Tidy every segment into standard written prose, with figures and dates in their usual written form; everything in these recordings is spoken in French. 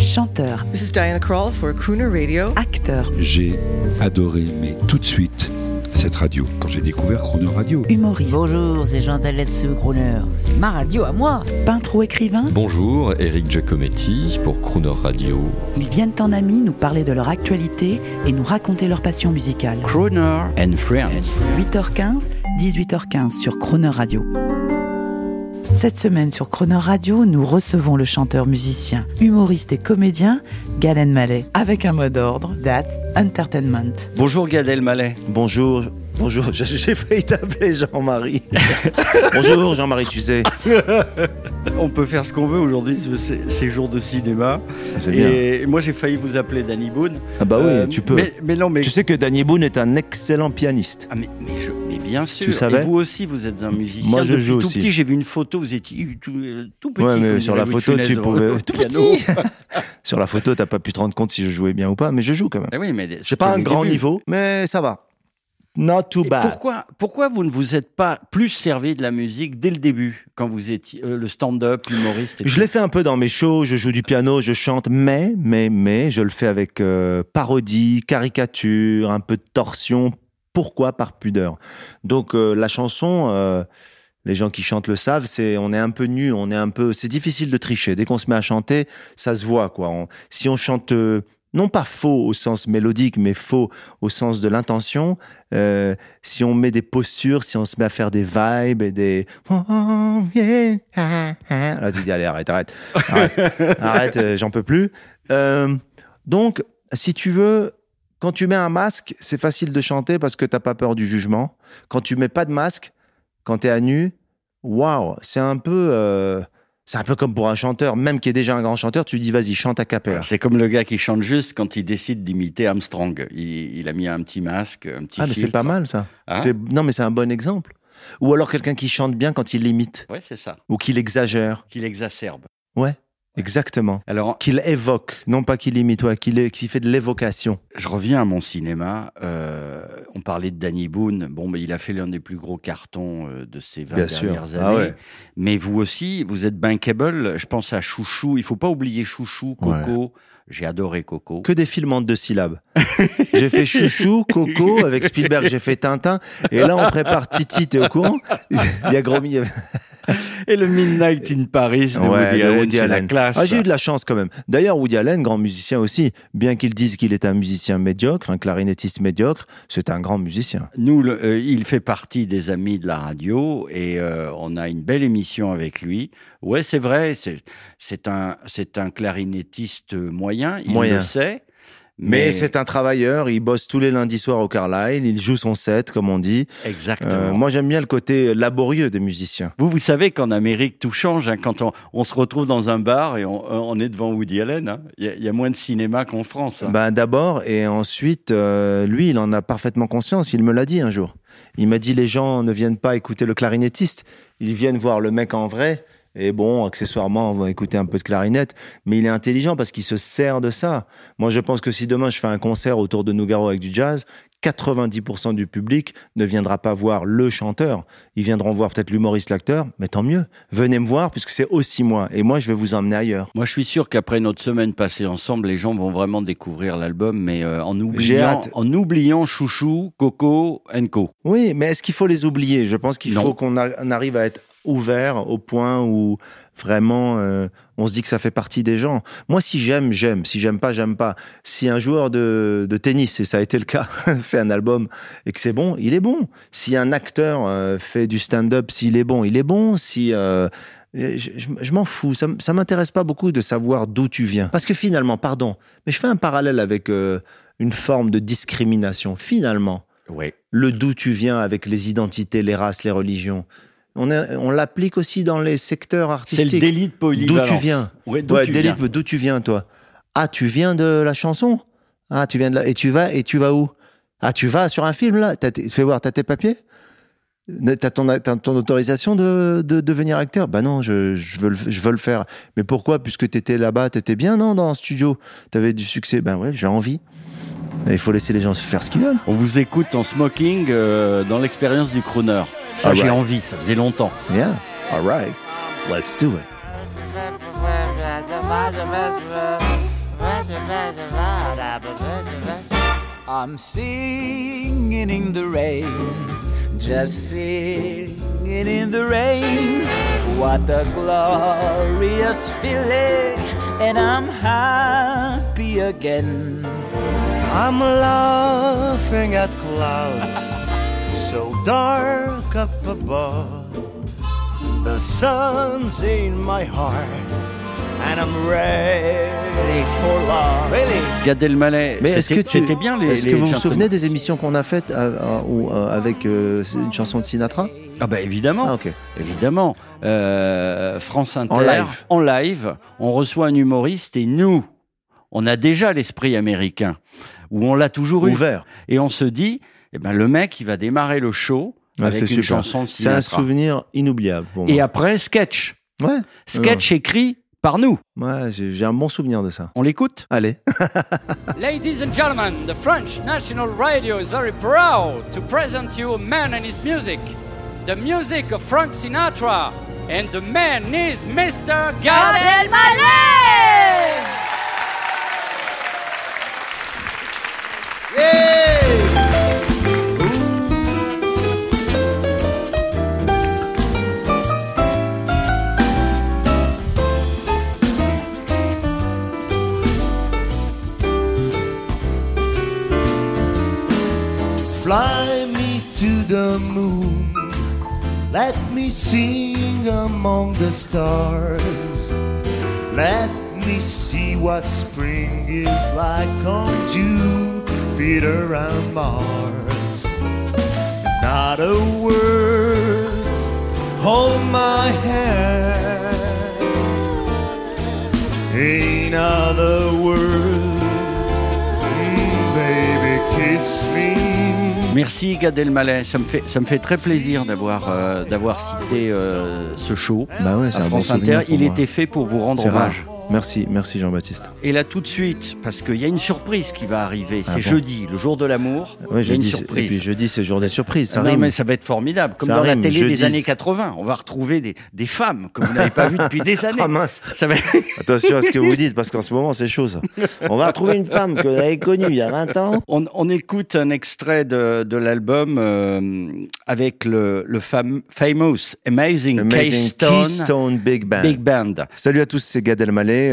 chanteur, This is Diana Krall for Crooner Radio. acteur, J'ai adoré, mais tout de suite, cette radio, quand j'ai découvert Crooner Radio. humoriste, Bonjour, c'est Jean Daletsu, Crooner. C'est ma radio à moi. peintre ou écrivain, Bonjour, Eric Giacometti pour Crooner Radio. ils viennent en amis nous parler de leur actualité et nous raconter leur passion musicale. Crooner and Friends. 8h15, 18h15 sur Crooner Radio. Cette semaine sur Crooner Radio, nous recevons le chanteur, musicien, humoriste et comédien Gad Elmaleh avec un mot d'ordre, That's Entertainment. Bonjour Gad Elmaleh. Bonjour, j'ai failli t'appeler Jean-Marie. Bonjour Jean-Marie, tu sais. On peut faire ce qu'on veut aujourd'hui, c'est jour de cinéma. C'est bien. Et moi j'ai failli vous appeler Danny Boone. Ah bah oui, tu peux. Mais non, mais Tu sais que Danny Boone est un excellent pianiste. Ah mais bien sûr. Tu savais ? Et vous aussi, vous êtes un musicien. Moi, je Depuis joue tout aussi. petit, j'ai vu une photo, vous étiez tout petit. Ouais, mais comme sur dirait la Louis de photo, Funès tu devant pouvais. le Tout piano. petit. Sur la photo, t'as pas pu te rendre compte si je jouais bien ou pas, mais je joue quand même. Ah oui, mais J'ai pas un grand niveau, mais ça va. Not too Et bad. pourquoi vous ne vous êtes pas plus servi de la musique dès le début, quand vous étiez le stand-up, l'humoriste et Je tout l'ai fait un peu dans mes shows, je joue du piano, je chante, mais, je le fais avec parodie, caricature, un peu de torsion. Pourquoi ? Par pudeur. Donc la chanson, les gens qui chantent le savent, on est un peu nu, c'est difficile de tricher. Dès qu'on se met à chanter, ça se voit, quoi. Si on chante, non pas faux au sens mélodique, mais faux au sens de l'intention, si on met des postures, si on se met à faire des vibes et des... Là, tu dis, allez, arrête, j'en peux plus. Donc, si tu veux, quand tu mets un masque, c'est facile de chanter parce que t'as pas peur du jugement. Quand tu mets pas de masque, quand t'es à nu, waouh, c'est un peu comme pour un chanteur, même qui est déjà un grand chanteur, tu lui dis vas-y, chante a cappella. C'est comme le gars qui chante juste quand il décide d'imiter Armstrong. Il a mis un petit masque, un petit Mais filtre. c'est pas mal ça. Hein ? Non, mais c'est un bon exemple. Ou alors quelqu'un qui chante bien quand il l'imite. Ouais, c'est ça. Ou qu'il exagère. Qu'il exacerbe. Ouais, exactement. Alors, Qu'il évoque, non pas qu'il imite, qu'il fait de l'évocation. je reviens à mon cinéma. On parlait de Danny Boone. Bon, il a fait l'un des plus gros cartons de ces 20 Bien sûr. dernières années. Ah ouais. Mais vous aussi, vous êtes bankable. Je pense à Chouchou. Il faut pas oublier Chouchou, Coco. J'ai adoré Coco. Que des films en 2 syllabes. J'ai fait Chouchou, Coco, avec Spielberg, j'ai fait Tintin. Et là, on prépare Titi, t'es au courant ? Il y a Gromy. Et le Midnight in Paris de Woody de Allen, Woody c'est la Allen. classe. Ah, j'ai eu de la chance quand même. D'ailleurs, Woody Allen, grand musicien aussi, bien qu'il dise qu'il est un musicien médiocre, un clarinettiste médiocre, c'est un grand musicien. Nous, il fait partie des amis de la radio et on a une belle émission avec lui. Ouais, c'est vrai, c'est un clarinettiste moyen, il le sait. Mais c'est un travailleur, il bosse tous les lundis soirs au Carlisle, il joue son set, comme on dit. Exactement. Moi, j'aime bien le côté laborieux des musiciens. Vous savez qu'en Amérique, tout change. Quand on se retrouve dans un bar et on est devant Woody Allen, hein. Il y a moins de cinéma qu'en France. Hein. D'abord, et ensuite, lui, il en a parfaitement conscience, il me l'a dit un jour. Il m'a dit, les gens ne viennent pas écouter le clarinettiste, ils viennent voir le mec en vrai. Et bon, accessoirement, on va écouter un peu de clarinette. Mais il est intelligent parce qu'il se sert de ça. Moi, je pense que si demain, je fais un concert autour de Nougaro avec du jazz, 90% du public ne viendra pas voir le chanteur. Ils viendront voir peut-être l'humoriste, l'acteur. Mais tant mieux. Venez me voir puisque c'est aussi moi. Et moi, je vais vous emmener ailleurs. Moi, je suis sûr qu'après notre semaine passée ensemble, les gens vont vraiment découvrir l'album, mais en oubliant Chouchou, Coco, Co. Oui, mais est-ce qu'il faut les oublier ? Je pense qu'il faut qu'on arrive à être ouvert au point où vraiment on se dit que ça fait partie des gens. Moi, si j'aime, j'aime. Si j'aime pas, j'aime pas. Si un joueur de tennis, et ça a été le cas, fait un album et que c'est bon, il est bon. Si un acteur fait du stand-up, s'il est bon, il est bon. Si je m'en fous, ça m'intéresse pas beaucoup de savoir d'où tu viens. Parce que finalement, pardon, mais je fais un parallèle avec une forme de discrimination. Finalement, le d'où tu viens avec les identités, les races, les religions. On l'applique aussi dans les secteurs artistiques. C'est le délit de polyvalence. D'où tu viens ? D'où tu viens, toi ? Ah, tu viens de la chanson ? Ah, tu viens de là. Et tu vas où ? Ah, tu vas sur un film, là ? Fais voir, t'as tes papiers ? T'as ton autorisation de devenir acteur ? Bah non, je veux le faire. Mais pourquoi ? Puisque t'étais là-bas, t'étais bien, non, dans un studio ? T'avais du succès ? Ben ouais, j'ai envie. Il faut laisser les gens faire ce qu'ils veulent. On vous écoute en smoking dans l'expérience du crooner. Ça, j'ai envie, ça faisait longtemps. Yeah, all right, let's do it. I'm singing in the rain, just singing in the rain. What a glorious feeling, and I'm happy again. I'm laughing at clouds so dark up above. The sun's in my heart and I'm ready for love. Really? Gad Elmaleh, Mais c'était bien les. Est-ce que vous vous chansons. souvenez des émissions qu'on a faites avec une chanson de Sinatra? Ah bah évidemment, Ah, ok. évidemment. France Inter, En live. On reçoit un humoriste et nous, on a déjà l'esprit américain, où on l'a toujours eu. Ouvert. Et on se dit, eh ben, le mec, il va démarrer le show avec c'est une super. chanson de C'est Sinatra. un souvenir inoubliable pour moi. Et après, sketch. Ouais. Sketch écrit par nous. Ouais, j'ai un bon souvenir de ça. On l'écoute? Allez. Ladies and gentlemen, the French National Radio is very proud to present you a man and his music. The music of Frank Sinatra. And the man is Mr. Gad Elmaleh! Fly me to the moon, let me sing among the stars. Let me see what spring is like on Jupiter and Mars. Not a word, hold my hand. In other words, baby, kiss me. Merci Gad Elmaleh, ça me fait très plaisir d'avoir cité ce show Bah ouais, c'est à un bon France Inter. souvenir pour Il moi. était fait pour vous rendre C'est hommage. rare. Merci Jean-Baptiste. Et là tout de suite, parce qu'il y a une surprise qui va arriver, c'est bon jeudi, le jour de l'amour. Ouais, il y a une jeudi, surprise. et puis jeudi, c'est jour des surprises. Ça non, rime. mais ça va être formidable, comme Ça dans la rime, télé jeudi. des années 80. On va retrouver des femmes que vous n'avez pas vues depuis des années. Ah mince. Ça va... Attention à ce que vous dites, parce qu'en ce moment, c'est chaud, ça. On va retrouver une femme que vous avez connue il y a 20 ans. On écoute un extrait de l'album avec le famous Amazing Keystone Big Band. Big Band. Salut à tous, c'est Gad Elmaleh,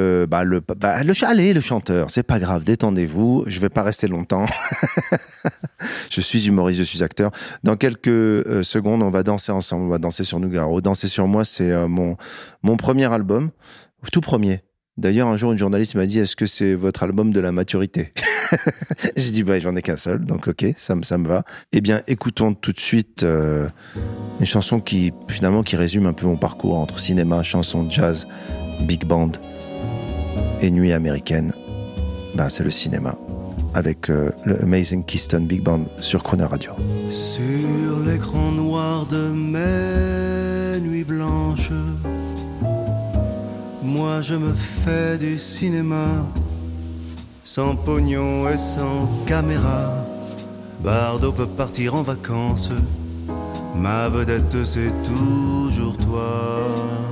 le chanteur. C'est pas grave, détendez-vous. Je vais pas rester longtemps. Je suis humoriste, je suis acteur. Dans quelques secondes, on va danser ensemble. On va danser sur Nougaro. Danser sur moi, c'est mon premier album, tout premier. D'ailleurs, un jour, une journaliste m'a dit, est-ce que c'est votre album de la maturité? J'ai dit, j'en ai qu'un seul, donc ok, ça me va. Eh bien, écoutons tout de suite une chanson qui résume un peu mon parcours entre cinéma, chanson, jazz, big band et nuit américaine. C'est le cinéma, avec le Amazing Keystone Big Band sur Croner Radio. Sur l'écran noir de mes nuits blanches, moi je me fais du cinéma, sans pognon et sans caméra. Bardot peut partir en vacances, ma vedette c'est toujours toi.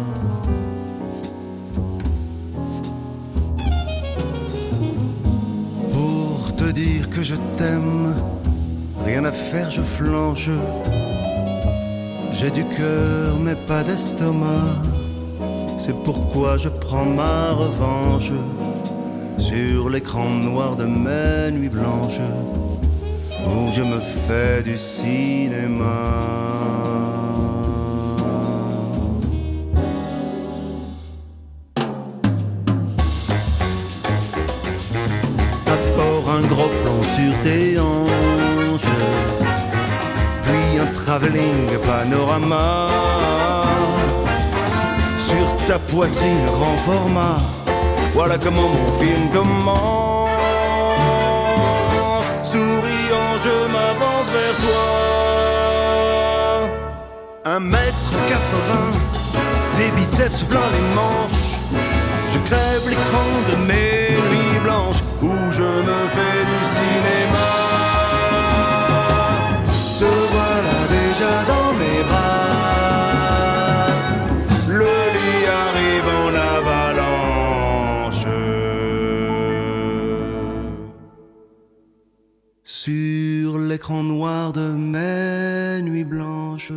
Pour te dire que je t'aime, rien à faire je flanche. J'ai du cœur mais pas d'estomac, c'est pourquoi je prends ma revanche sur l'écran noir de mes nuits blanches, où je me fais du cinéma. D'abord un gros plan sur tes hanches, puis un travelling panorama sur ta poitrine grand format. Voilà comment mon film commence. Souriant, je m'avance vers toi. 1m80, des biceps blancs les manches. Je crève l'écran de mes nuits blanches, où je me fais du cinéma. Te voilà déjà dans mes bras. Le lit arrive en avalanche. l'écran noir de mes nuits blanches,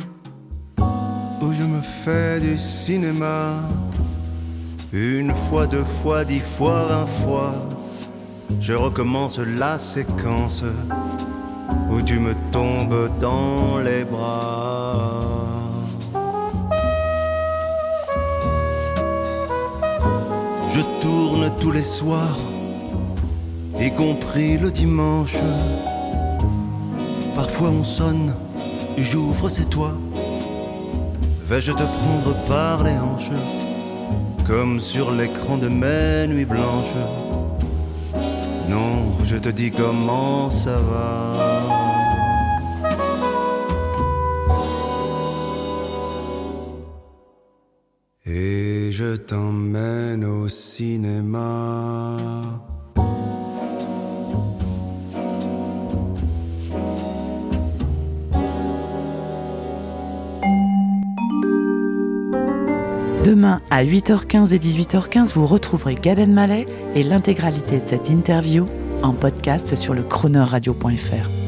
où je me fais du cinéma. Une fois, 2 fois, 10 fois, 20 fois, je recommence la séquence où tu me tombes dans les bras. Je tourne tous les soirs, y compris le dimanche. Parfois on sonne, j'ouvre, c'est toi. Vais-je te prendre par les hanches, comme sur l'écran de mes nuits blanches? Non, je te dis comment ça va. Et je t'emmène au cinéma. Demain, à 8h15 et 18h15, vous retrouverez Galen Mallet et l'intégralité de cette interview en podcast sur le chroneurradio.fr.